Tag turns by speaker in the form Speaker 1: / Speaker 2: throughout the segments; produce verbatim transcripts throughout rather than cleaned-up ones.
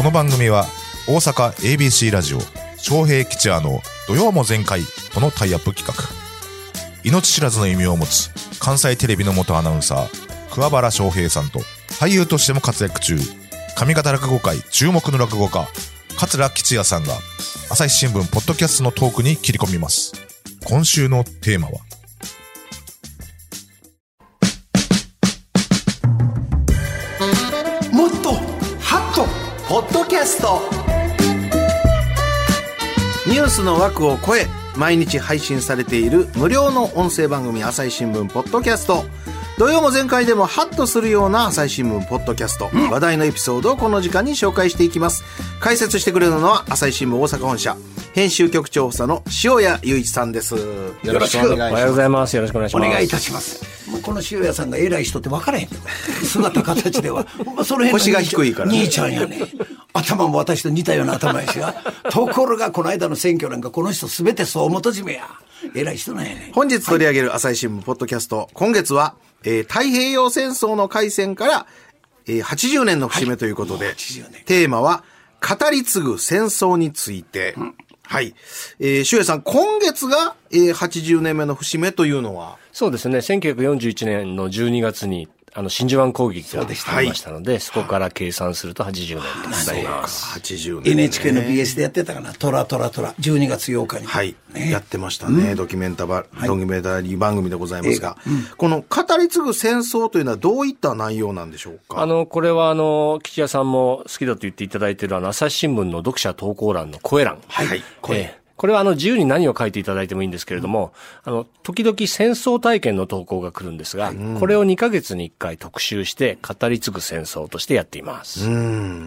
Speaker 1: の番組は大阪 エービーシー ラジオ昌平吉也の土曜も全開とのタイアップ企画、命知らずの異名を持つ関西テレビの元アナウンサー桑原昌平さんと、俳優としても活躍中上方落語界注目の落語家桂吉也さんが朝日新聞ポッドキャストのトークに切り込みます。今週のテーマは、
Speaker 2: もっとハットポッドキャスト、ニュースの枠を超え毎日配信されている無料の音声番組、朝日新聞ポッドキャスト。土曜も全開でもハッとするような朝日新聞ポッドキャスト、うん、話題のエピソードをこの時間に紹介していきます。解説してくれるのは朝日新聞大阪本社編集局長補佐の塩谷雄一さんです。よろしくお願いします。
Speaker 3: おはようございます。よろしくお願いします。
Speaker 4: お願いいたします。もうこの塩谷さんが偉い人って分からへん姿形ではその辺の
Speaker 2: 腰が低いから、ね、
Speaker 4: 兄ちゃんやね。頭も私と似たような頭やしやところがこの間の選挙なんかこの人すべて総元締めや偉い人なんやね。
Speaker 2: 本日取り上げる朝日新聞ポッドキャスト、はい、今月は、えー、太平洋戦争の開戦から、えー、はちじゅうねんの節目ということで、はい、テーマは語り継ぐ戦争について、うん、はい、えー、塩谷さん、今月が、えー、はちじゅうねんめの節目というのは。
Speaker 3: そうですね、せんきゅうひゃくよんじゅういちねんのじゅうにがつにあの真珠湾攻撃がありましたので、そこから計算するとはちじゅうねんとなります。
Speaker 2: はちじゅうねん、ね、
Speaker 4: エヌエイチケー の ビーエス でやってたかな、トラトラトラじゅうにがつようかに、
Speaker 2: はい、ね、やってましたね、うん、ドキュメンタバ、はい、ドキュメンタリー番組でございますが、うん、この語り継ぐ戦争というのはどういった内容なんでしょうか。
Speaker 3: あのこれはあの吉谷さんも好きだと言っていただいているあの朝日新聞の読者投稿欄の声欄、
Speaker 2: はい、はい、声、
Speaker 3: えーこれはあの自由に何を書いていただいてもいいんですけれども、あの時々戦争体験の投稿が来るんですが、これをにかげつにいっかい特集して語り継ぐ戦争としてやっています。
Speaker 2: うん、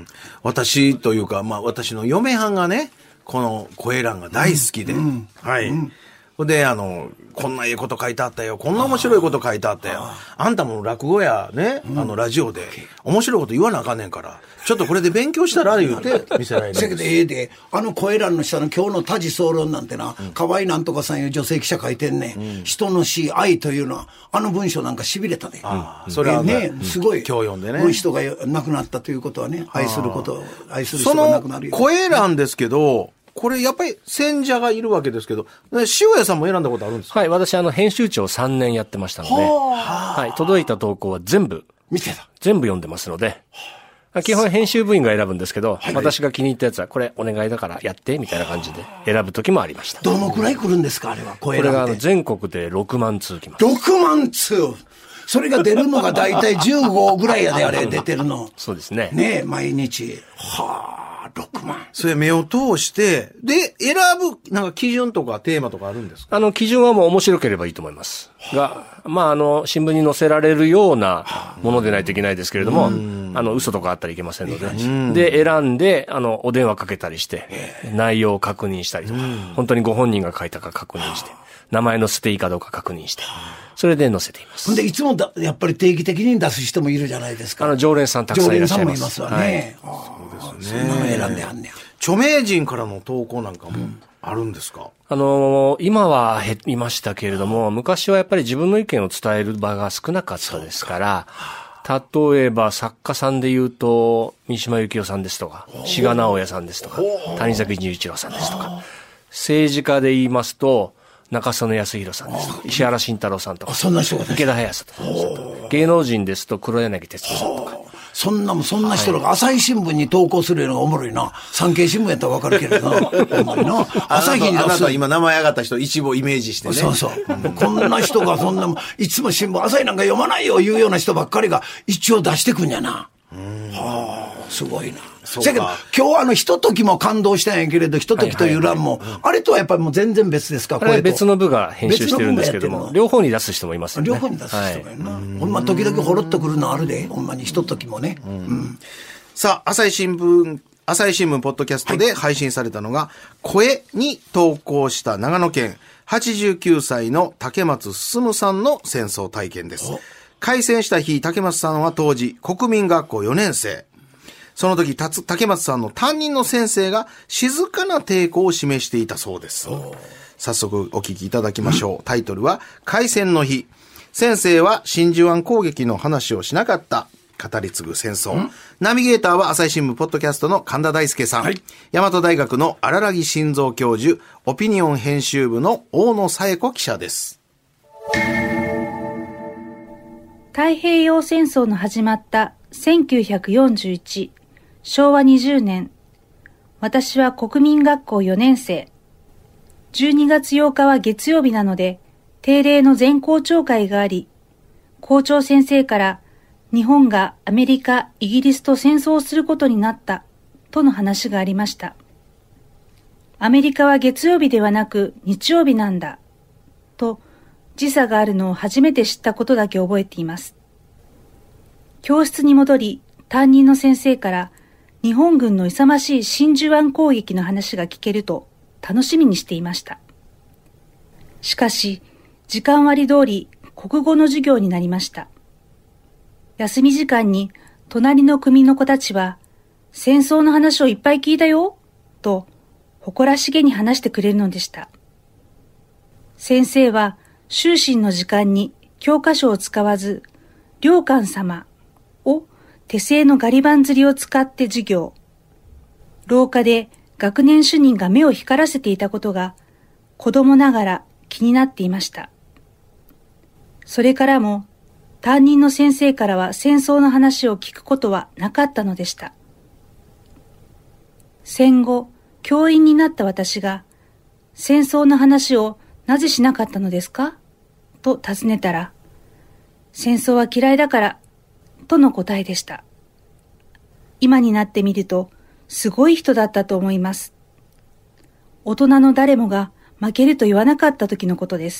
Speaker 2: 私というか、まあ私の嫁はんがね、この声欄が大好きで、うんうん、はい。うんで、あの、こんなええこと書いてあったよ。こんな面白いこと書いてあったよ。あ, あんたも落語やね、うん、あの、ラジオで、面白いこと言わなあかんねんから、ちょっとこれで勉強したら言うて、見せられる。
Speaker 4: せやけど、ええで、あの声欄の下の今日の多事総論なんてな、うん、河合なんとかさんいう女性記者書いてんね、うん、人の死、愛というのは、あの文章なんか痺れたで。
Speaker 2: ああ、それはね、
Speaker 4: ね、すごい。
Speaker 2: 今日読んでね。
Speaker 4: こういう人が亡くなったということはね、愛すること、愛する人が亡くなるよ。
Speaker 2: その声欄ですけど、これやっぱり選者がいるわけですけど、塩谷さんも選んだことあるんですか。
Speaker 3: はい、私あの編集長さんねんやってましたので、はい、届いた投稿は全部
Speaker 4: 見てた、
Speaker 3: 全部読んでますので、基本編集部員が選ぶんですけど、はい、私が気に入ったやつはこれお願いだからやってみたいな感じで選ぶ時もありました。
Speaker 4: どのくらい来るんですか、あれは。
Speaker 3: これがあの全国でろくまんつう来ます。
Speaker 4: ろくまんつう、それが出るのがだいたいじゅうごぐらいやで、あれ出てるの。
Speaker 3: そうですね。
Speaker 4: ねえ、毎日。はあ。ろくまん。
Speaker 2: それ目を通して、で、選ぶ、なんか基準とかテーマとかあるんですか。
Speaker 3: あの、基準はもう面白ければいいと思います。が、まあ、あの、新聞に載せられるようなものでないといけないですけれども、あの、嘘とかあったらいけませんので、で、選んで、あの、お電話かけたりして、内容を確認したりとか、本当にご本人が書いたか確認して、名前載せていいかどうか確認して、それで載せています。
Speaker 4: で、いつもだやっぱり定期的に出す人もいるじゃないですか。
Speaker 3: あの、常連さんたくさんいらっしゃいます。
Speaker 4: 常連さんもいますわね。はい、そうですね。そんなの選んであんねや。
Speaker 2: 著名人からの投稿なんかもあるんですか。うん、
Speaker 3: あのー、今は減りましたけれども、昔はやっぱり自分の意見を伝える場が少なかったですから、例えば作家さんで言うと、三島由紀夫さんですとか、志賀直哉さんですとか、谷崎潤一郎さんですとか、政治家で言いますと、中曽根康弘さんですとか、石原慎太郎さんとか、
Speaker 4: そんな人が
Speaker 3: 池田隼人とか、芸能人ですと黒柳徹子さんとか、
Speaker 4: そんなもそんな人が朝日新聞に投稿するのがおもろいな。産経新聞やったらわかるけれどな。おもろいな。
Speaker 2: 朝日に出す。あなた今名前上がった人一部イメージしてね。
Speaker 4: そうそう。こんな人がそんなもいつも新聞朝日なんか読まないよ言うような人ばっかりが一応出してくんやな。はあ、すごいな。だけど今日はあのひとときも感動したんやけれど、ひとときという欄も、はいはいはい、あれとはやっぱりもう全然別ですか。
Speaker 3: これは別の部が編集してるんですけども、両方に出す人もいますよね。
Speaker 4: 両方に出す人がいるな、はい、ほんま時々ほろっとくるのあるで、ほんまにひとときもね、うんうん、
Speaker 2: さあ朝日新聞朝日新聞ポッドキャストで配信されたのが、はい、声に投稿した長野県はちじゅうきゅうさいの竹松進さんの戦争体験です。開戦した日、竹松さんは当時国民学校よねんせい。その時、竹松さんの担任の先生が静かな抵抗を示していたそうです。早速お聞きいただきましょう。タイトルは開戦の日。先生は真珠湾攻撃の話をしなかった。 語り継ぐ戦争。ナビゲーターは朝日新聞ポッドキャストの神田大輔さん。はい、大和大学の荒木晋三教授、オピニオン編集部の大野紗恵子記者です。
Speaker 5: 太平洋戦争の始まったせんきゅうひゃくよんじゅういち、しょうわにじゅうねん。私は国民学校よねん生。じゅうにがつようかは月曜日なので、定例の全校長会があり、校長先生から日本がアメリカ、イギリスと戦争をすることになったとの話がありました。アメリカは月曜日ではなく日曜日なんだと時差があるのを初めて知ったことだけ覚えています。教室に戻り、担任の先生から日本軍の勇ましい真珠湾攻撃の話が聞けると楽しみにしていました。しかし、時間割通り国語の授業になりました。休み時間に隣の組の子たちは、戦争の話をいっぱい聞いたよ、と誇らしげに話してくれるのでした。先生は就寝の時間に教科書を使わず、良寛様を手製のガリバン釣りを使って授業。廊下で学年主任が目を光らせていたことが子供ながら気になっていました。それからも担任の先生からは戦争の話を聞くことはなかったのでした。戦後、教員になった私が戦争の話をなぜしなかったのですかと尋ねたら、戦争は嫌いだからとの答えでした。今になってみるとすごい人だったと思います。大人の誰もが負けると言わなかった時のことです。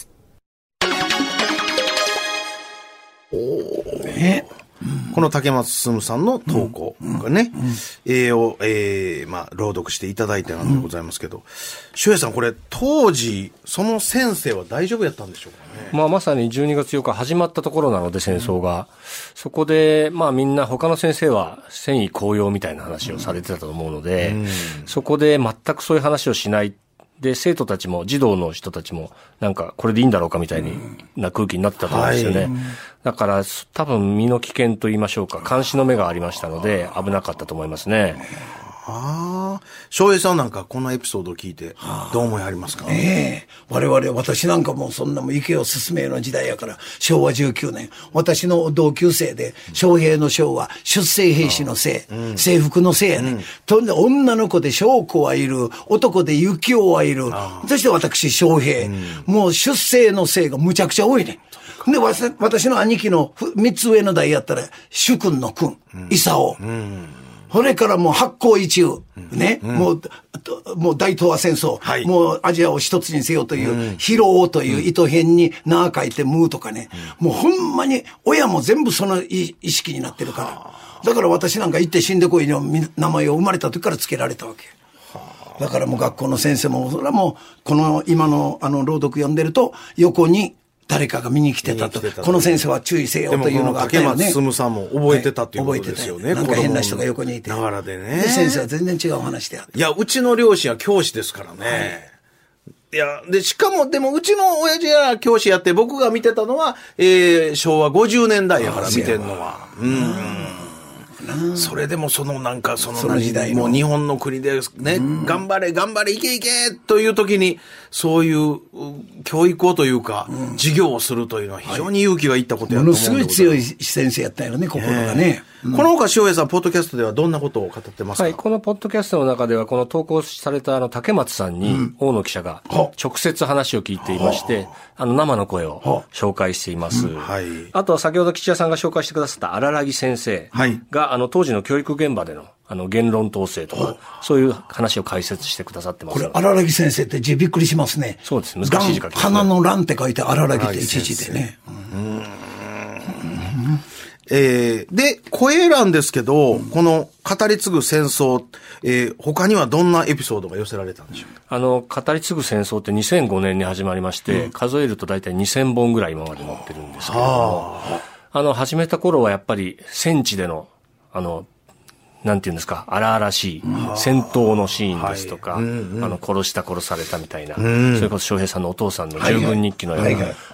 Speaker 2: ね、この竹松進さんの投稿がね、うんうん、えー、を、えー、まあ、朗読していただいてなんでございますけど、周平さん、これ、当時、その先生は大丈夫やったんでしょうかね。
Speaker 3: まあ、まさにじゅうにがつようか始まったところなので、戦争が。うん、そこで、まあ、みんな、他の先生は、戦意高揚みたいな話をされてたと思うので、うん、そこで全くそういう話をしない。で、生徒たちも、児童の人たちも、なんか、これでいいんだろうかみたいな空気になってたと思うんですよね。はい、だから、多分、身の危険と言いましょうか、監視の目がありましたので、危なかったと思いますね。
Speaker 2: ああ、翔平さんなんかこのエピソードを聞いてどう思いありますか？
Speaker 4: ええー、我々、私なんかもうそんなも池を進めの時代やから、しょうわじゅうきゅうねん、私の同級生で、翔平の翔は出征兵士のせい、うん、制服のせいやね、うん、とんで女の子で翔子はいる、男で幸男はいる、そして私翔平、うん、もう出征のせいがむちゃくちゃ多いねん。で、私の兄貴の三つ上の代やったら、主君の君、伊佐尾。うん、それからもう八甲一憂、ね、うん、もう、もう大東亜戦争、はい、もうアジアを一つにせよという、うん、疲労という糸辺に名書いてムーとかね、うん、もうほんまに親も全部その意識になってるから。だから私なんか行って死んでこいの名前を生まれた時から付けられたわけ。だからもう学校の先生も、それはもう、この今のあの朗読読んでると、横に、誰かが見に来てたと。この先生は注意せよというのがあったよね。
Speaker 2: 竹松進さんも覚えてたっていうことですよね。
Speaker 4: はい、なんか変な人が横にいて。
Speaker 2: ながらでね。
Speaker 4: で、先生は全然違う話であった。
Speaker 2: いや、うちの両親は教師ですからね。はい、いや、で、しかも、でも、うちの親父が教師やって、僕が見てたのは、えー、しょうわごじゅうねんだいやから見てんのは。うん。それでもそのなんかその
Speaker 4: その時代の
Speaker 2: もう日本の国でね、頑張れ頑張れいけいけという時にそういう教育をというか、うん、授業をするというのは非常に勇気がいったことやと思うんでございます。
Speaker 4: ものすごい強い先生やったよね、心がね。
Speaker 2: うん、この他、塩江さん、ポッドキャストではどんなことを語ってますか？
Speaker 3: はい、このポッドキャストの中では、この投稿されたあの竹松さんに、大野記者が直接話を聞いていまして、うん、あの生の声を紹介しています。うん、はい。あとは先ほど吉谷さんが紹介してくださった荒木先生が、はい、あの当時の教育現場でのあの言論統制とか、そういう話を解説してくださってます。
Speaker 4: これ、荒木先生って字びっくりしますね。
Speaker 3: そうです。難しい字書きですね。
Speaker 4: 花の蘭って書いて荒木って一字でね。うん
Speaker 2: えー、で、声欄ですけど、うん、この語り継ぐ戦争、えー、他にはどんなエピソードが寄せられたんでしょうか？
Speaker 3: あの、語り継ぐ戦争ってにせんごねんに始まりまして、うん、数えると大体にせんぼんぐらい今まで載ってるんですけれども、あの、始めた頃はやっぱり戦地での、あの、なんていうんですか、荒々しい戦闘のシーンですとか、はいうんうん、あの殺した殺されたみたいな、うん、それこそ翔平さんのお父さんの従軍日記のような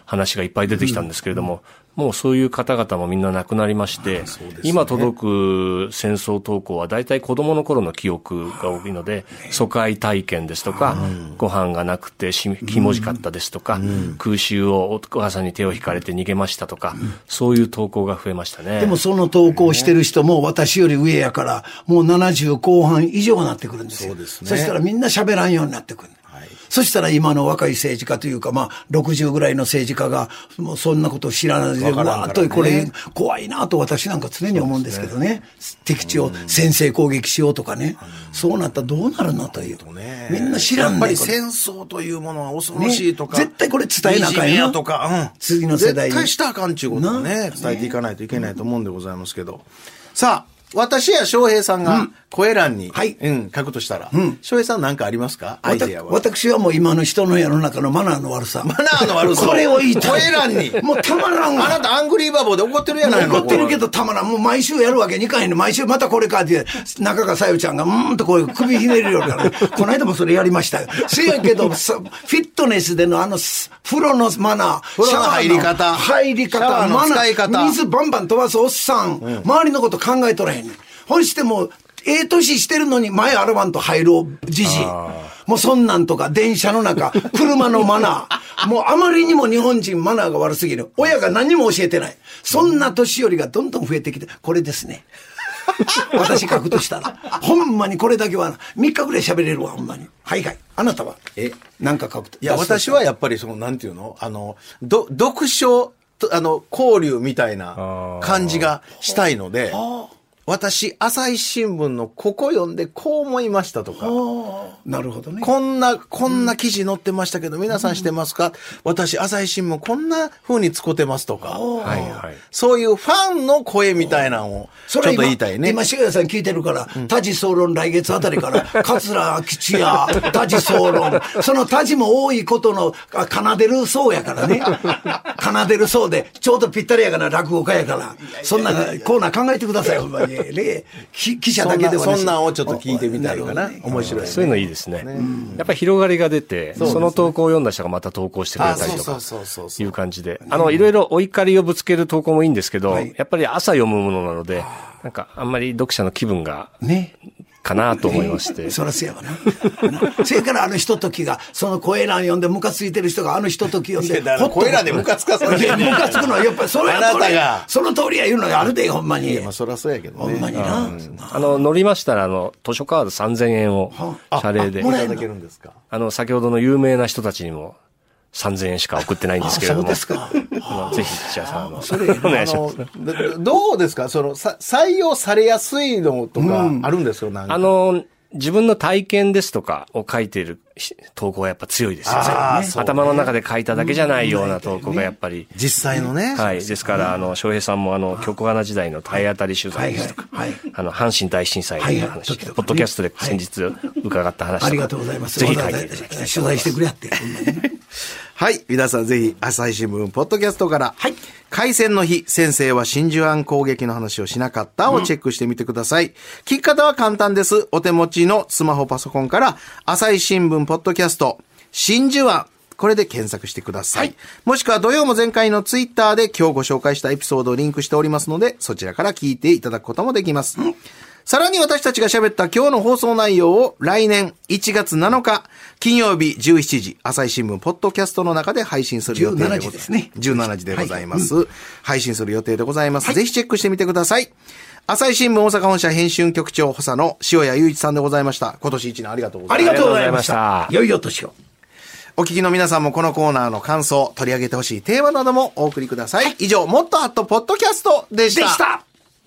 Speaker 3: 話がいっぱい出てきたんですけれども、うん、もうそういう方々もみんな亡くなりまして、ね、今届く戦争投稿は大体子供の頃の記憶が多いので、疎開体験ですとか、うん、ご飯がなくてひもじかったですとか、うん、空襲をお母さんに手を引かれて逃げましたとか、うん、そういう投稿が増えましたね。
Speaker 4: でもその投稿してる人も私より上やから、もうななじゅうこう半以上になってくるんですよ。そうですね。そしたらみんな喋らんようになってくる。はい、そしたら今の若い政治家というか、まあ、ろくじゅうぐらいの政治家が、もうそんなことを知らないで、わーっとこれ、怖いなと私なんか常に思うんですけどね。ね敵地を先制攻撃しようとかね。うん、そうなったらどうなるのという。ね、みんな知らんね。
Speaker 2: やっぱり戦争というものは恐ろしいとか。
Speaker 4: ね、絶対これ伝えなあかんよとか、うん、次の世代に。
Speaker 2: 絶対したらあかんちゅうことをね、伝えていかないといけないと思うんでございますけど。さあ、私や翔平さんが声欄に、うん、はい、うん、書くとしたら、うん、翔平さん何かありますか？アイデアは。
Speaker 4: 私はもう今の人の世の中のマナーの悪さ。
Speaker 2: マナーの悪さ。
Speaker 4: これを言いたい。
Speaker 2: 声欄に。
Speaker 4: もうたまらんわ。
Speaker 2: あなたアングリーバボーで怒ってるやないの。
Speaker 4: 怒ってるけどたまらん。もう毎週やるわけにいかへんね。毎週またこれかって、中川さゆちゃんがうーんとこう首ひねるようになる。この間もそれやりましたよ。せやけど、フィットネスでのあの、風呂のマナー。
Speaker 2: 風呂の入り方。
Speaker 4: 入り方。
Speaker 2: マナー。使い方。
Speaker 4: 水バンバン飛ばすおっさん。うん、周りのこと考えとらへんねん。ほしても、ええ年してるのに前洗わんと入ろう、じじい。もうそんなんとか、電車の中、車のマナー。もうあまりにも日本人マナーが悪すぎる。親が何も教えてない。そんな年寄りがどんどん増えてきて、これですね。私書くとしたら。ほんまにこれだけはみっかぐらい喋れるわ、ほんまに。はいはい。あなたはえなんか書くと。
Speaker 2: いや、私はやっぱりその、なんていうのあの、ど、読書、あの、交流みたいな感じがしたいので、私、朝日新聞のここ読んでこう思いましたとか。
Speaker 4: なるほどね。
Speaker 2: こんな、こんな記事載ってましたけど、皆さんしてますか、うん、私、朝日新聞こんな風に使ってますとか。はいはい。そういうファンの声みたいなのを、ちょっと言いたいね。
Speaker 4: 今、今、重谷さん聞いてるから、うん、多事総論来月あたりから、桂吉也、多事総論。その多事も多いことの、奏でるそうやからね。奏でるそうで、ちょうどぴったりやから、落語家やから。そんなコーナー考えてください、ほんまに。ね、記者だけでは
Speaker 2: なそんなんをちょっと聞いてみたいかな。ね、面白い、ね。
Speaker 3: そういうのいいですね。ね、うん、やっぱり広がりが出て、そ, ね、その投稿を読んだ人がまた投稿してくれたりとか、いう感じで。あの、いろいろお怒りをぶつける投稿もいいんですけど、はい、やっぱり朝読むものなので、なんかあんまり読者の気分が、ね。かなと思いまして。
Speaker 4: そらせやわな。それからあのひとときが、その声欄読んでムカついてる人があのひととき読んで。
Speaker 2: 声欄でムカつかさない。
Speaker 4: ムカつくのはやっぱりそれ
Speaker 2: あなたが。
Speaker 4: その通りや言うのがあるで、ほんまに。
Speaker 2: いや、まあそらそうやけどね。
Speaker 4: ほんまにな。
Speaker 3: うん、あの、乗りましたら、あの、図書カードさんぜんえんを、謝礼で。
Speaker 2: いただけるんですか。
Speaker 3: あの、先ほどの有名な人たちにも、さんぜんえんしか送ってないんですけれども。
Speaker 4: そうですか。
Speaker 3: ぜひ、じゃあさん、あの、
Speaker 2: それ、お願いします。どうですかその、さ、採用されやすいのとか、あるんですよ、なんか。
Speaker 3: あの、自分の体験ですとかを書いている投稿はやっぱ強いですよね。頭の中で書いただけじゃないような投稿がやっぱり。
Speaker 2: 実際のね。
Speaker 3: はい。ですから、あの、翔平さんもあの、極花時代の体当たり取材ですとか、あの、阪神大震災の話、ポッドキャストで先日伺った話とか。
Speaker 4: ありがとうございます。
Speaker 3: ぜひ書いていただきたい。
Speaker 4: 取材してくれやって。
Speaker 2: はい。皆さんぜひ、朝日新聞、ポッドキャストから、はい。開戦の日、先生は真珠湾攻撃の話をしなかったをチェックしてみてください。うん、聞き方は簡単です。お手持ちのスマホパソコンから、朝日新聞、ポッドキャスト、真珠湾、これで検索してください。はい、もしくは土曜も前回のツイッターで今日ご紹介したエピソードをリンクしておりますので、そちらから聞いていただくこともできます。うん、さらに私たちが喋った今日の放送内容を来年いちがつなのか金曜日じゅうしちじ朝日新聞ポッドキャストの中で配信する予定でございます。じゅうしちじですね。じゅうしちじでございます。はい、うん、配信する予定でございます。はい、ぜひチェックしてみてください。朝日新聞大阪本社編集局長補佐の塩谷雄一さんでございました。今年一年ありがとうございました。
Speaker 4: ありがとうございました。良いお年を。
Speaker 2: お聞きの皆さんもこのコーナーの感想、取り上げてほしいテーマなどもお送りください。はい、以上、もっとあっとポッドキャストでした。でした。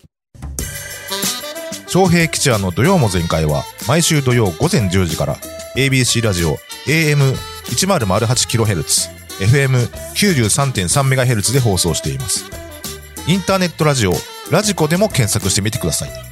Speaker 1: 昌平吉也の土曜も全開は毎週土曜午前じゅうじから エービーシー ラジオ エーエムせんはちキロヘルツ、エフエムきゅうじゅうさんてんさんメガヘルツ で放送しています。インターネットラジオラジコでも検索してみてください。